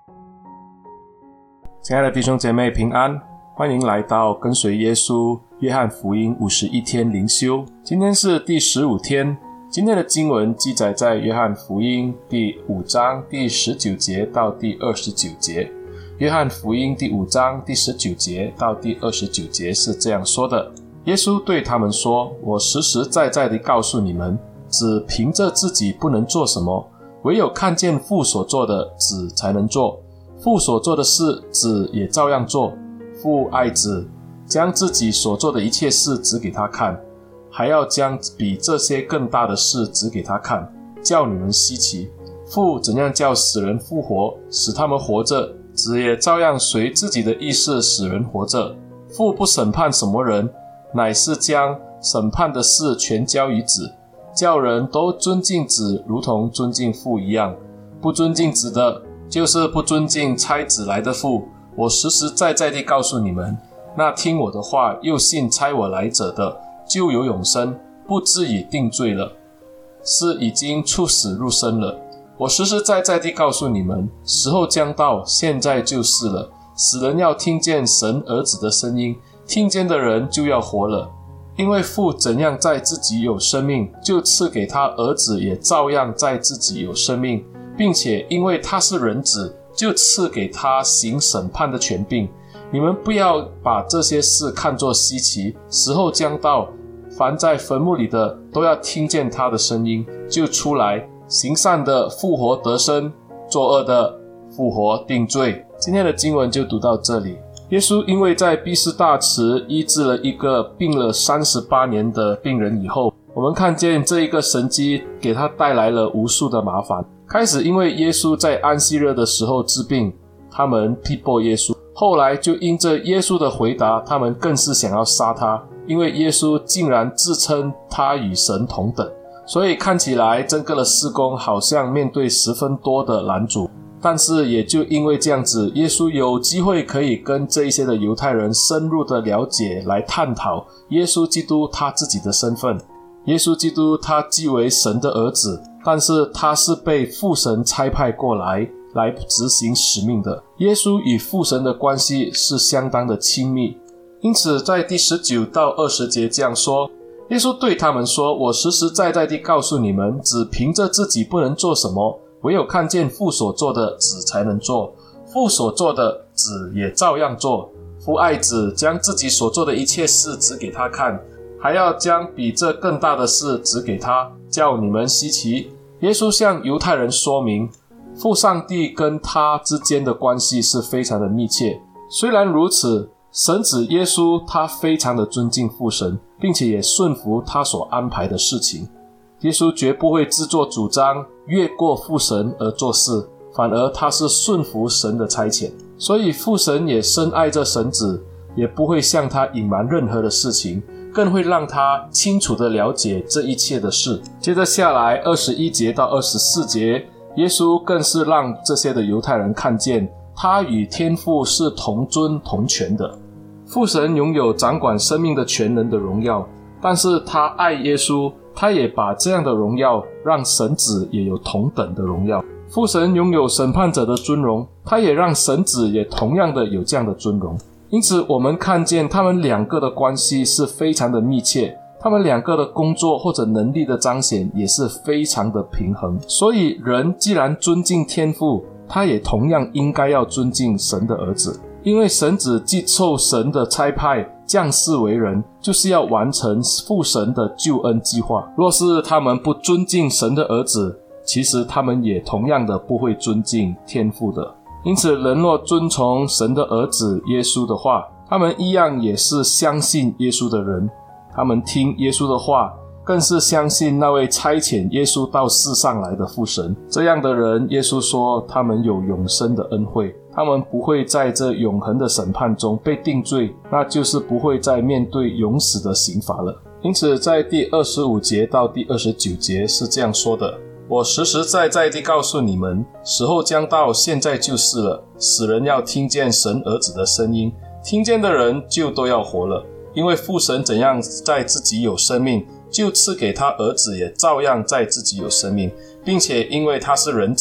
亲爱的弟兄姐妹平安，欢迎来到跟随耶稣约翰福音51天灵修。今天是第15天，今天的经文记载在约翰福音第5章第19节到第29节。约翰福音第5章第19节到第29节是这样说的：耶稣对他们说，我实实在在地告诉你们，只凭着自己不能做什么，唯有看见父所做的，子才能做。父所做的事，子也照样做。父爱子，将自己所做的一切事指给他看，还要将比这些更大的事指给他看，叫你们稀奇。父怎样叫死人复活，使他们活着，子也照样随自己的意思使人活着。父不审判什么人，乃是将审判的事全交于子，叫人都尊敬子，如同尊敬父一样。不尊敬子的，就是不尊敬差子来的父。我实实在在地告诉你们，那听我的话又信差我来者的，就有永生，不至于定罪了，是已经处死入生了。我实实在在地告诉你们，时候将到，现在就是了。死人要听见神儿子的声音，听见的人就要活了。因为父怎样在自己有生命，就赐给他儿子也照样在自己有生命，并且因为他是人子，就赐给他行审判的权柄。你们不要把这些事看作稀奇，时候将到，凡在坟墓里的都要听见他的声音，就出来，行善的复活得生，作恶的复活定罪。今天的经文就读到这里。耶稣因为在毕士大池医治了一个病了38年的病人以后，我们看见这一个神迹给他带来了无数的麻烦。开始因为耶稣在安息日的时候治病，他们逼迫耶稣，后来就因着耶稣的回答，他们更是想要杀他，因为耶稣竟然自称他与神同等。所以看起来整个的事工好像面对十分多的拦阻，但是也就因为这样子，耶稣有机会可以跟这一些的犹太人深入的了解，来探讨耶稣基督他自己的身份。耶稣基督他既为神的儿子，但是他是被父神差派过来执行使命的。耶稣与父神的关系是相当的亲密，因此在第19到20节这样说，耶稣对他们说，我实实在在地告诉你们，只凭着自己不能做什么，唯有看见父所做的，子才能做。父所做的，子也照样做。父爱子，将自己所做的一切事指给他看，还要将比这更大的事指给他，叫你们稀奇。耶稣向犹太人说明，父上帝跟他之间的关系是非常的密切。虽然如此，神子耶稣他非常的尊敬父神，并且也顺服他所安排的事情。耶稣绝不会自作主张越过父神而做事，反而他是顺服神的差遣。所以父神也深爱着神子，也不会向他隐瞒任何的事情，更会让他清楚地了解这一切的事。接着下来21节到24节，耶稣更是让这些的犹太人看见他与天父是同尊同权的。父神拥有掌管生命的全能的荣耀，但是他爱耶稣，他也把这样的荣耀让神子也有同等的荣耀。父神拥有审判者的尊荣，他也让神子也同样的有这样的尊荣。因此我们看见他们两个的关系是非常的密切，他们两个的工作或者能力的彰显也是非常的平衡。所以人既然尊敬天父，他也同样应该要尊敬神的儿子，因为神子既受神的差派降世为人，就是要完成父神的救恩计划。若是他们不尊敬神的儿子，其实他们也同样的不会尊敬天父的。因此人若遵从神的儿子耶稣的话，他们一样也是相信耶稣的人，他们听耶稣的话，更是相信那位差遣耶稣到世上来的父神。这样的人，耶稣说他们有永生的恩惠，他们不会在这永恒的审判中被定罪，那就是不会再面对永死的刑罚了。因此在第25节到第29节是这样说的，我实实在在地告诉你们，时候将到，现在就是了。死人要听见神儿子的声音，听见的人就都要活了。因为父神怎样在自己有生命，就赐给他儿子也照样在自己有生命，并且因为他是人子，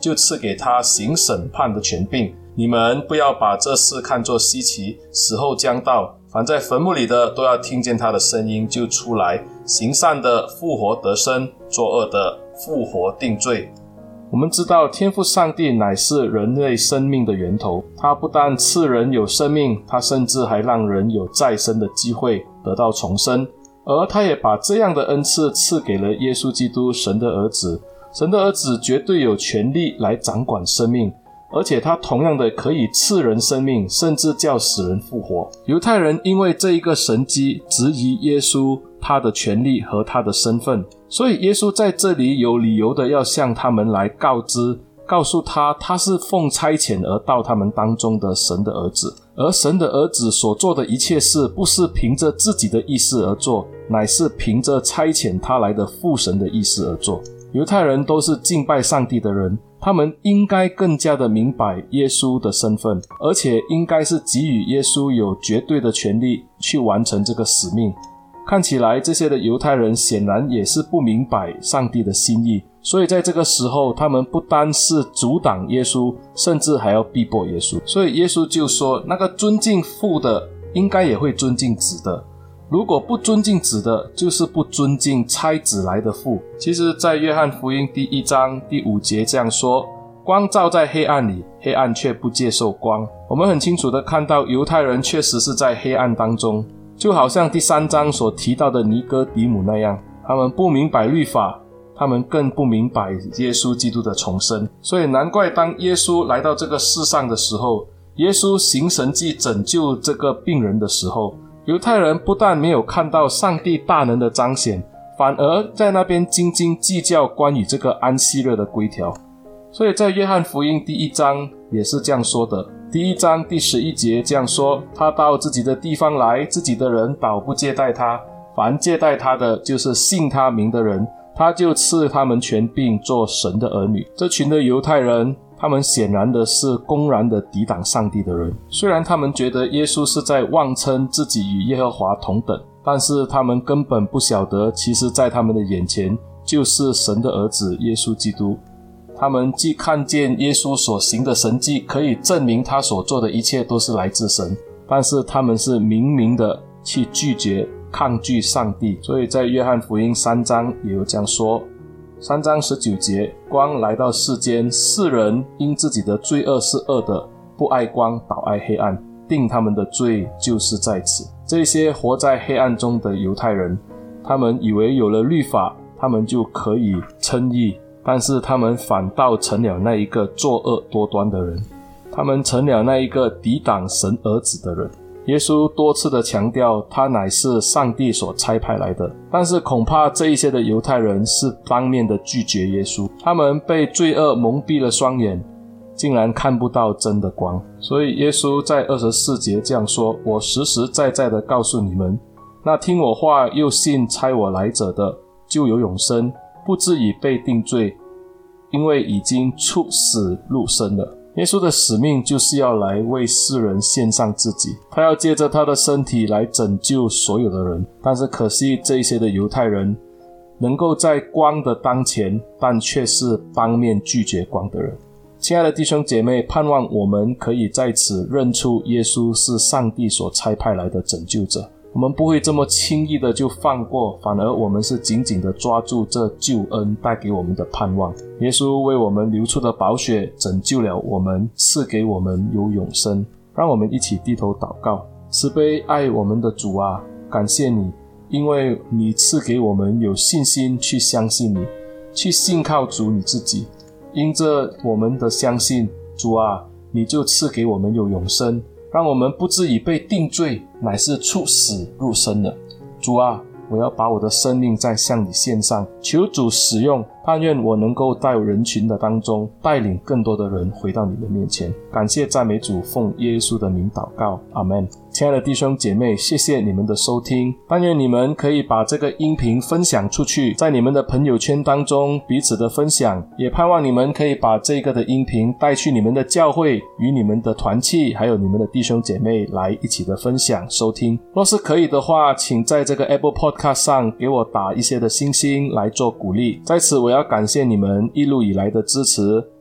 就赐给他行审判的权柄。你们不要把这事看作稀奇，死后将到，凡在坟墓里的都要听见他的声音就出来，行善的复活得生，作恶的复活定罪。我们知道天父上帝乃是人类生命的源头，他不但赐人有生命，他甚至还让人有再生的机会，得到重生，而他也把这样的恩赐赐给了耶稣基督，神的儿子。神的儿子绝对有权利来掌管生命，而且他同样的可以赐人生命，甚至叫死人复活。犹太人因为这一个神迹质疑耶稣他的权利和他的身份，所以耶稣在这里有理由的要向他们来告诉他是奉差遣而到他们当中的神的儿子，而神的儿子所做的一切事不是凭着自己的意思而做，乃是凭着差遣他来的父神的意思而做。犹太人都是敬拜上帝的人，他们应该更加的明白耶稣的身份，而且应该是给予耶稣有绝对的权利去完成这个使命。看起来这些的犹太人显然也是不明白上帝的心意，所以在这个时候他们不单是阻挡耶稣，甚至还要逼迫耶稣。所以耶稣就说，那个尊敬父的应该也会尊敬子的，如果不尊敬子的，就是不尊敬差子来的父。其实在约翰福音第1章第5节这样说，光照在黑暗里，黑暗却不接受光。我们很清楚的看到犹太人确实是在黑暗当中，就好像第3章所提到的尼哥底母那样，他们不明白律法，他们更不明白耶稣基督的重生。所以难怪当耶稣来到这个世上的时候，耶稣行神迹拯救这个病人的时候，犹太人不但没有看到上帝大能的彰显，反而在那边斤斤计较关于这个安息日的规条。所以在约翰福音第1章也是这样说的，第1章第11节这样说，他到自己的地方来，自己的人倒不接待他，凡接待他的就是信他名的人，他就赐他们权柄做神的儿女。这群的犹太人，他们显然的是公然的抵挡上帝的人，虽然他们觉得耶稣是在妄称自己与耶和华同等，但是他们根本不晓得，其实在他们的眼前就是神的儿子耶稣基督。他们既看见耶稣所行的神迹可以证明他所做的一切都是来自神，但是他们是明明的去拒绝抗拒上帝。所以在约翰福音3章也有这样说，3章19节，光来到世间，世人因自己的罪恶是恶的，不爱光，倒爱黑暗，定他们的罪就是在此。这些活在黑暗中的犹太人，他们以为有了律法，他们就可以称义，但是他们反倒成了那一个作恶多端的人，他们成了那一个抵挡神儿子的人。耶稣多次的强调，他乃是上帝所差派来的，但是恐怕这一些的犹太人是当面的拒绝耶稣，他们被罪恶蒙蔽了双眼，竟然看不到真的光。所以耶稣在24节这样说，我实实在在的告诉你们，那听我话又信差我来者的，就有永生，不至于被定罪，因为已经出死入生了。耶稣的使命就是要来为世人献上自己，他要借着他的身体来拯救所有的人。但是可惜这一些的犹太人能够在光的当前，但却是当面拒绝光的人。亲爱的弟兄姐妹，盼望我们可以在此认出耶稣是上帝所差派来的拯救者，我们不会这么轻易的就放过，反而我们是紧紧的抓住这救恩带给我们的盼望。耶稣为我们流出的宝血拯救了我们，赐给我们有永生。让我们一起低头祷告。慈悲爱我们的主啊，感谢你，因为你赐给我们有信心去相信你，去信靠主你自己。因着我们的相信，主啊，你就赐给我们有永生，让我们不至于被定罪，乃是出死入生了。主啊，我要把我的生命再向你献上，求主使用，但愿我能够在人群的当中带领更多的人回到你的面前。感谢赞美主，奉耶稣的名祷告，阿们。亲爱的弟兄姐妹，谢谢你们的收听，但愿你们可以把这个音频分享出去，在你们的朋友圈当中彼此的分享，也盼望你们可以把这个的音频带去你们的教会，与你们的团契还有你们的弟兄姐妹来一起的分享收听。若是可以的话，请在这个 Apple Podcast 上给我打一些的星星来做鼓励。在此我要感谢你们一路以来的支持，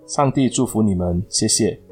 上帝祝福你们，谢谢。